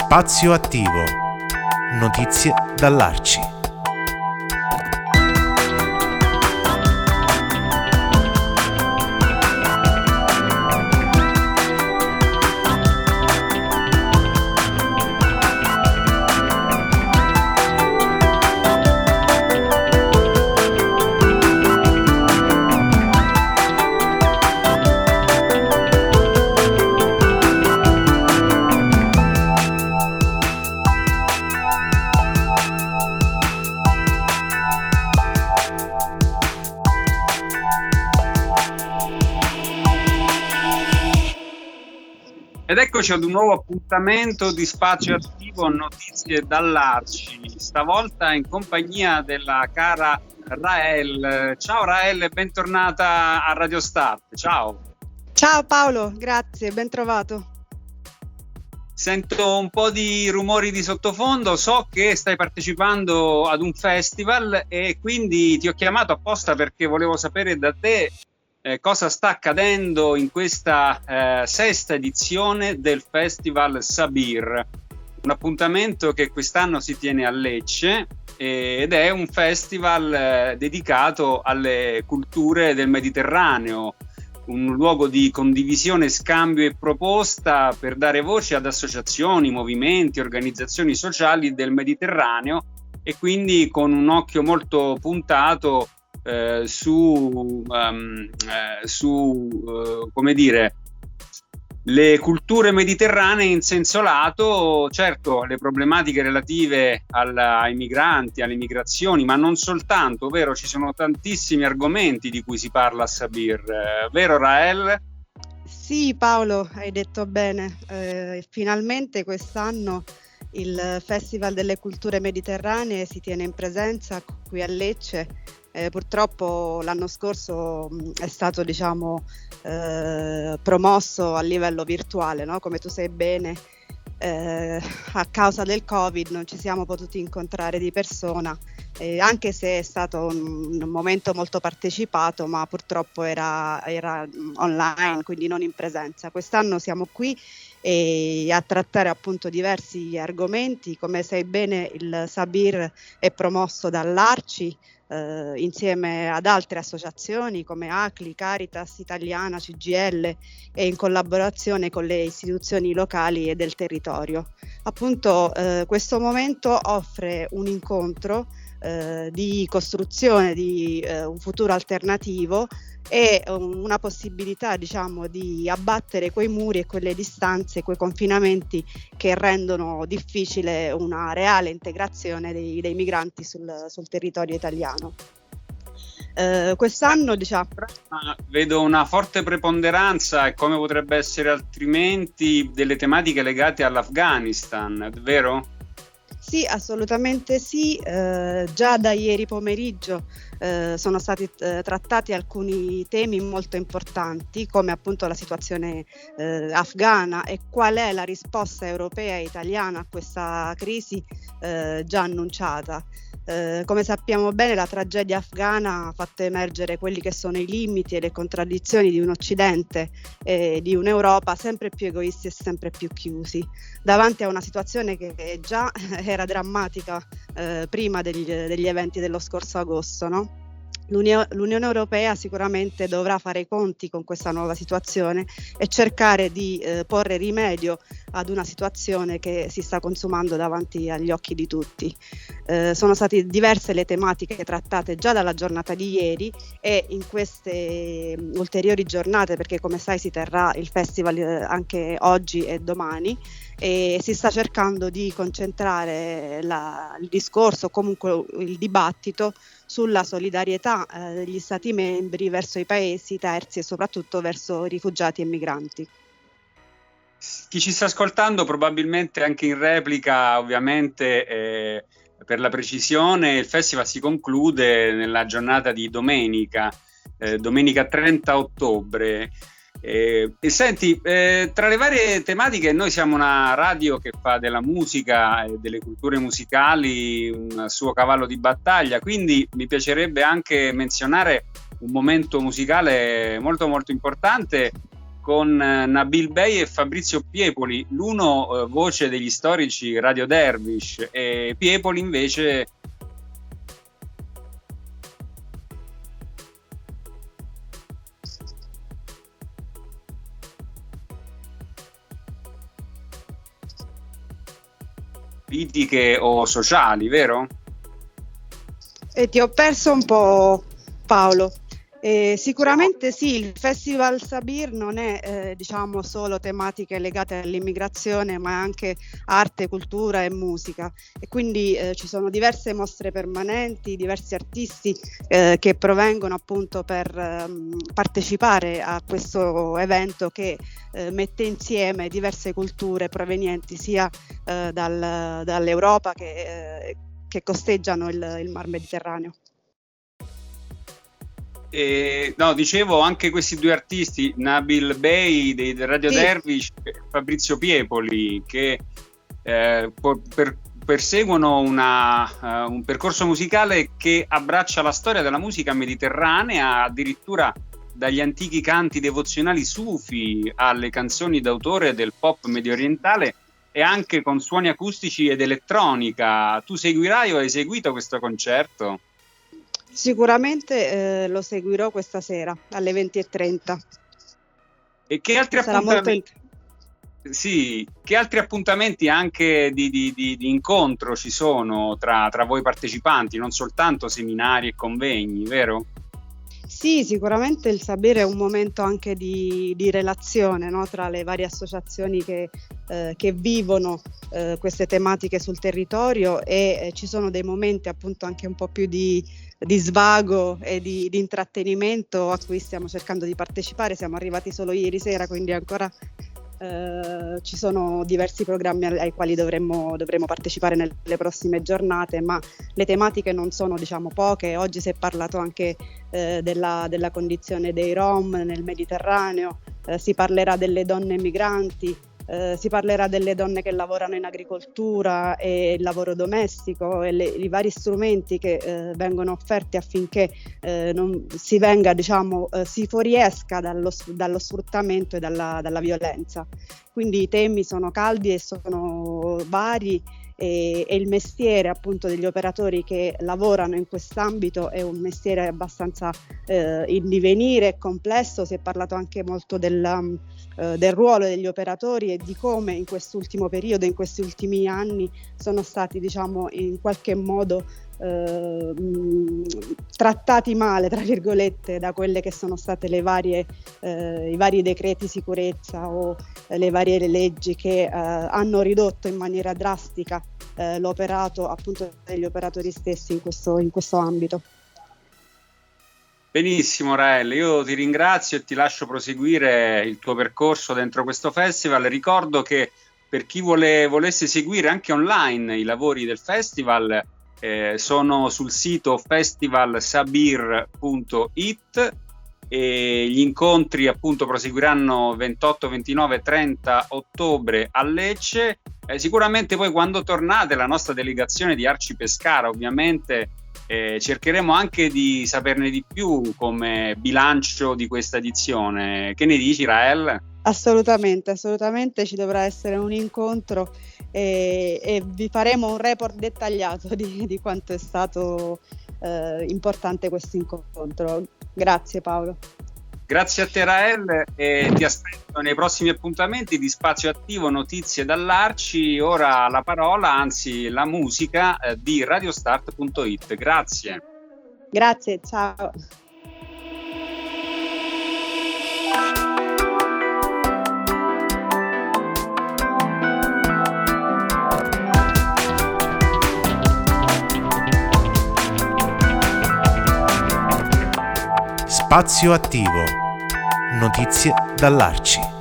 Spazio attivo. Notizie dall'Arci. Ed eccoci ad un nuovo appuntamento di Spazio Attivo, Notizie dall'Arci, stavolta in compagnia della cara Rael. Ciao Rael e bentornata a Radio Start. Ciao. Ciao Paolo, grazie, ben trovato. Sento un po' di rumori di sottofondo, so che stai partecipando ad un festival e quindi ti ho chiamato apposta perché volevo sapere da te cosa sta accadendo in questa sesta edizione del Festival Sabir, un appuntamento che quest'anno si tiene a Lecce ed è un festival dedicato alle culture del Mediterraneo, un luogo di condivisione, scambio e proposta per dare voce ad associazioni, movimenti, organizzazioni sociali del Mediterraneo e quindi con un occhio molto puntato su come dire, le culture mediterranee in senso lato, certo le problematiche relative ai migranti, alle migrazioni, ma non soltanto, vero? Ci sono tantissimi argomenti di cui si parla a Sabir, vero Rael? Sì Paolo, hai detto bene, finalmente quest'anno il Festival delle Culture Mediterranee si tiene in presenza qui a Lecce. Purtroppo l'anno scorso è stato promosso a livello virtuale, no? Come tu sai bene, a causa del Covid non ci siamo potuti incontrare di persona, anche se è stato un momento molto partecipato, ma purtroppo era online, quindi non in presenza. Quest'anno siamo qui a trattare appunto diversi argomenti. Come sai bene, il Sabir è promosso dall'Arci insieme ad altre associazioni come ACLI, Caritas Italiana, CGIL e in collaborazione con le istituzioni locali e del territorio. Appunto questo momento offre un incontro di costruzione di un futuro alternativo e una possibilità di abbattere quei muri e quelle distanze, quei confinamenti che rendono difficile una reale integrazione dei migranti sul territorio italiano. Quest'anno vedo una forte preponderanza, e come potrebbe essere altrimenti, delle tematiche legate all'Afghanistan, vero? Sì, assolutamente sì. Già da ieri pomeriggio sono stati trattati alcuni temi molto importanti, come appunto la situazione afghana e qual è la risposta europea e italiana a questa crisi già annunciata. Come sappiamo bene, la tragedia afghana ha fatto emergere quelli che sono i limiti e le contraddizioni di un Occidente e di un'Europa sempre più egoisti e sempre più chiusi, davanti a una situazione che già era drammatica prima degli eventi dello scorso agosto, no? L'Unione Europea sicuramente dovrà fare i conti con questa nuova situazione e cercare di porre rimedio ad una situazione che si sta consumando davanti agli occhi di tutti. Sono state diverse le tematiche trattate già dalla giornata di ieri e in queste ulteriori giornate, perché come sai si terrà il festival anche oggi e domani, e si sta cercando di concentrare il discorso, comunque il dibattito, sulla solidarietà degli Stati membri verso i paesi terzi e soprattutto verso rifugiati e migranti. Chi ci sta ascoltando probabilmente anche in replica, ovviamente per la precisione, il festival si conclude nella giornata di domenica 30 ottobre. E senti, tra le varie tematiche, noi siamo una radio che fa della musica e delle culture musicali un suo cavallo di battaglia, quindi mi piacerebbe anche menzionare un momento musicale molto molto importante con Nabil Bey e Fabrizio Piepoli, l'uno voce degli storici Radio Dervish e Piepoli invece politiche o sociali, vero? E ti ho perso un po', Paolo. Sicuramente sì, il Festival Sabir non è diciamo solo tematiche legate all'immigrazione, ma anche arte, cultura e musica, e quindi ci sono diverse mostre permanenti, diversi artisti che provengono appunto per partecipare a questo evento che mette insieme diverse culture provenienti sia dall'Europa che costeggiano il Mar Mediterraneo. No, dicevo anche questi due artisti, Nabil Bey dei Radio Dervish e Fabrizio Piepoli, che perseguono un percorso musicale che abbraccia la storia della musica mediterranea, addirittura dagli antichi canti devozionali sufi alle canzoni d'autore del pop mediorientale, e anche con suoni acustici ed elettronica. Tu seguirai o hai seguito questo concerto? Sicuramente lo seguirò questa sera alle 20:30. E che altri appuntamenti? Sì, che altri appuntamenti anche di incontro ci sono tra voi partecipanti, non soltanto seminari e convegni, vero? Sì, sicuramente il Sabir è un momento anche di relazione, no? Tra le varie associazioni che vivono queste tematiche sul territorio, e ci sono dei momenti appunto anche un po' più di svago e di intrattenimento a cui stiamo cercando di partecipare. Siamo arrivati solo ieri sera, quindi ancora ci sono diversi programmi ai quali dovremmo partecipare nelle prossime giornate, ma le tematiche non sono, diciamo, poche. Oggi si è parlato anche della condizione dei Rom nel Mediterraneo, si parlerà delle donne migranti, si parlerà delle donne che lavorano in agricoltura e il lavoro domestico, e i vari strumenti che vengono offerti affinché non si venga, diciamo, si fuoriesca dallo sfruttamento e dalla violenza. Quindi i temi sono caldi e sono vari, e il mestiere appunto degli operatori che lavorano in quest'ambito è un mestiere abbastanza in divenire e complesso. Si è parlato anche molto del ruolo degli operatori e di come in quest'ultimo periodo, in questi ultimi anni, sono stati, diciamo, in qualche modo trattati male, tra virgolette, da quelle che sono state i vari decreti sicurezza o le varie leggi che hanno ridotto in maniera drastica l'operato appunto degli operatori stessi in questo ambito. Benissimo Rael, io ti ringrazio e ti lascio proseguire il tuo percorso dentro questo festival. Ricordo che per chi volesse seguire anche online i lavori del festival, sono sul sito festivalsabir.it, e gli incontri appunto proseguiranno 28, 29 e 30 ottobre a Lecce. Sicuramente poi quando tornate, la nostra delegazione di Arci Pescara ovviamente cercheremo anche di saperne di più come bilancio di questa edizione. Che ne dici, Rael? Assolutamente, ci dovrà essere un incontro e vi faremo un report dettagliato di quanto è stato importante questo incontro. Grazie Paolo. Grazie a te Rael, e ti aspetto nei prossimi appuntamenti di Spazio Attivo, notizie dall'Arci. Ora la parola, anzi la musica di radiostart.it. Grazie. Grazie, ciao. Spazio Attivo. Notizie dall'Arci.